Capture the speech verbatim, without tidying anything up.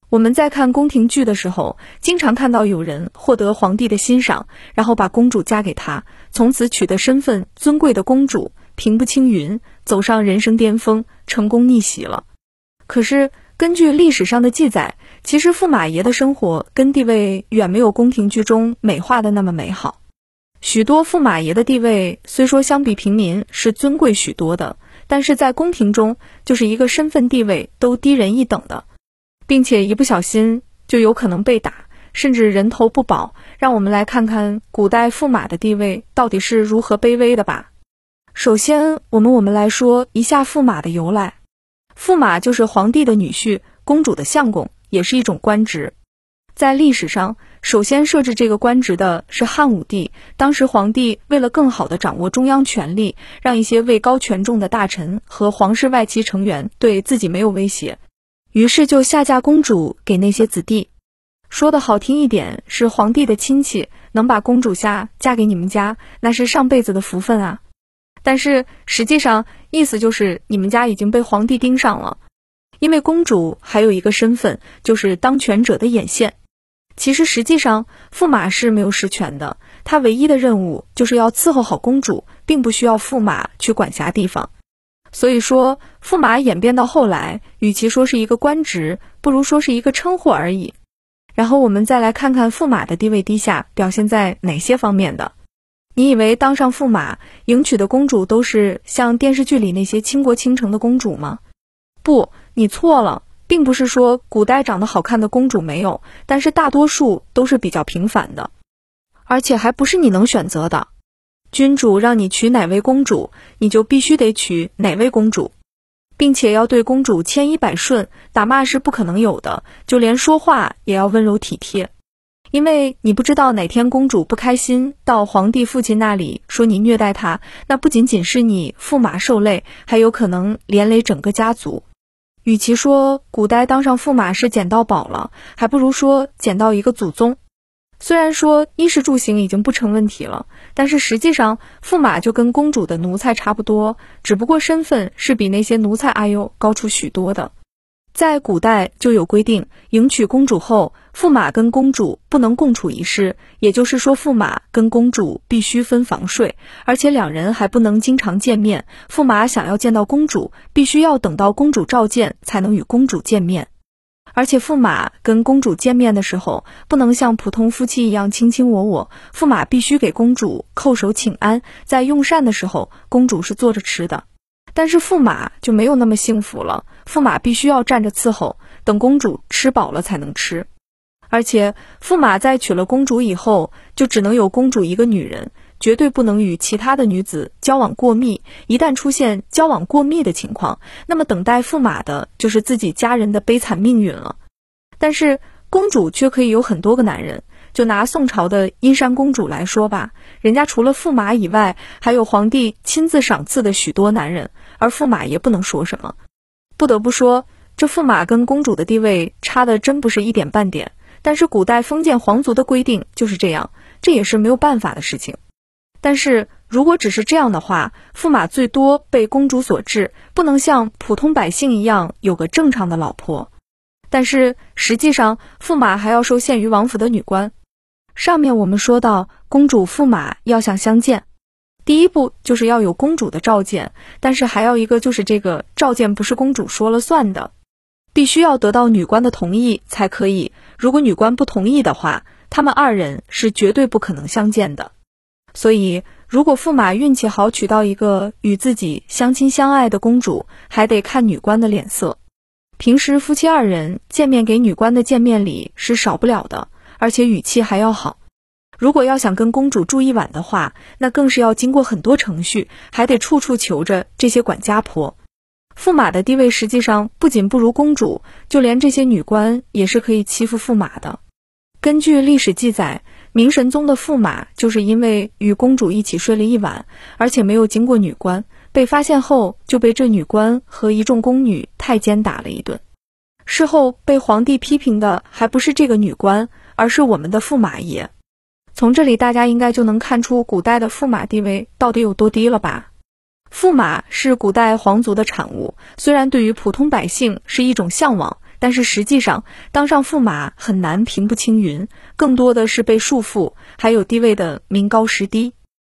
我们在看宫廷剧的时候，经常看到有人获得皇帝的欣赏，然后把公主嫁给他，从此取得身份尊贵的公主，平步青云，走上人生巅峰，成功逆袭了。可是根据历史上的记载，其实驸马爷的生活跟地位远没有宫廷剧中美化的那么美好。许多驸马爷的地位虽说相比平民是尊贵许多的，但是在宫廷中就是一个身份地位都低人一等的，并且一不小心就有可能被打，甚至人头不保。让我们来看看古代驸马的地位到底是如何卑微的吧。首先我们我们来说一下驸马的由来。驸马就是皇帝的女婿，公主的相公，也是一种官职。在历史上，首先设置这个官职的是汉武帝，当时皇帝为了更好地掌握中央权力，让一些位高权重的大臣和皇室外戚成员对自己没有威胁，于是就下嫁公主给那些子弟。说的好听一点，是皇帝的亲戚，能把公主下嫁给你们家，那是上辈子的福分啊。但是实际上意思就是你们家已经被皇帝盯上了，因为公主还有一个身份，就是当权者的眼线。其实实际上驸马是没有实权的，他唯一的任务就是要伺候好公主，并不需要驸马去管辖地方。所以说驸马演变到后来，与其说是一个官职，不如说是一个称呼而已。然后我们再来看看驸马的地位低下表现在哪些方面的。你以为当上驸马迎娶的公主都是像电视剧里那些倾国倾城的公主吗？不，你错了，并不是说古代长得好看的公主没有，但是大多数都是比较平凡的，而且还不是你能选择的。君主让你娶哪位公主，你就必须得娶哪位公主，并且要对公主千依百顺，打骂是不可能有的，就连说话也要温柔体贴。因为你不知道哪天公主不开心到皇帝父亲那里说你虐待她，那不仅仅是你驸马受累，还有可能连累整个家族。与其说古代当上驸马是捡到宝了，还不如说捡到一个祖宗。虽然说衣食住行已经不成问题了，但是实际上驸马就跟公主的奴才差不多，只不过身份是比那些奴才哎呦高出许多的。在古代就有规定，迎娶公主后，驸马跟公主不能共处一室，也就是说驸马跟公主必须分房睡，而且两人还不能经常见面。驸马想要见到公主，必须要等到公主召见才能与公主见面。而且驸马跟公主见面的时候，不能像普通夫妻一样卿卿我我，驸马必须给公主叩首请安，在用膳的时候，公主是坐着吃的。但是驸马就没有那么幸福了，驸马必须要站着伺候，等公主吃饱了才能吃。而且驸马在娶了公主以后，就只能有公主一个女人，绝对不能与其他的女子交往过密。一旦出现交往过密的情况，那么等待驸马的就是自己家人的悲惨命运了。但是公主却可以有很多个男人，就拿宋朝的阴山公主来说吧，人家除了驸马以外，还有皇帝亲自赏赐的许多男人，而驸马也不能说什么。不得不说，这驸马跟公主的地位差的真不是一点半点，但是古代封建皇族的规定就是这样，这也是没有办法的事情。但是如果只是这样的话，驸马最多被公主所制，不能像普通百姓一样有个正常的老婆。但是实际上驸马还要受限于王府的女官。上面我们说到公主驸马要想相见，第一步就是要有公主的召见，但是还要一个就是这个召见不是公主说了算的，必须要得到女官的同意才可以，如果女官不同意的话，他们二人是绝对不可能相见的。所以如果驸马运气好娶到一个与自己相亲相爱的公主，还得看女官的脸色。平时夫妻二人见面给女官的见面礼是少不了的，而且语气还要好。如果要想跟公主住一晚的话，那更是要经过很多程序，还得处处求着这些管家婆。驸马的地位实际上不仅不如公主，就连这些女官也是可以欺负驸马的。根据历史记载，明神宗的驸马就是因为与公主一起睡了一晚，而且没有经过女官，被发现后就被这女官和一众宫女太监打了一顿。事后被皇帝批评的还不是这个女官，而是我们的驸马爷。从这里大家应该就能看出古代的驸马地位到底有多低了吧。驸马是古代皇族的产物，虽然对于普通百姓是一种向往， 但是实际上，当上驸马很难平步青云，更多的是被束缚，还有地位的名高实低。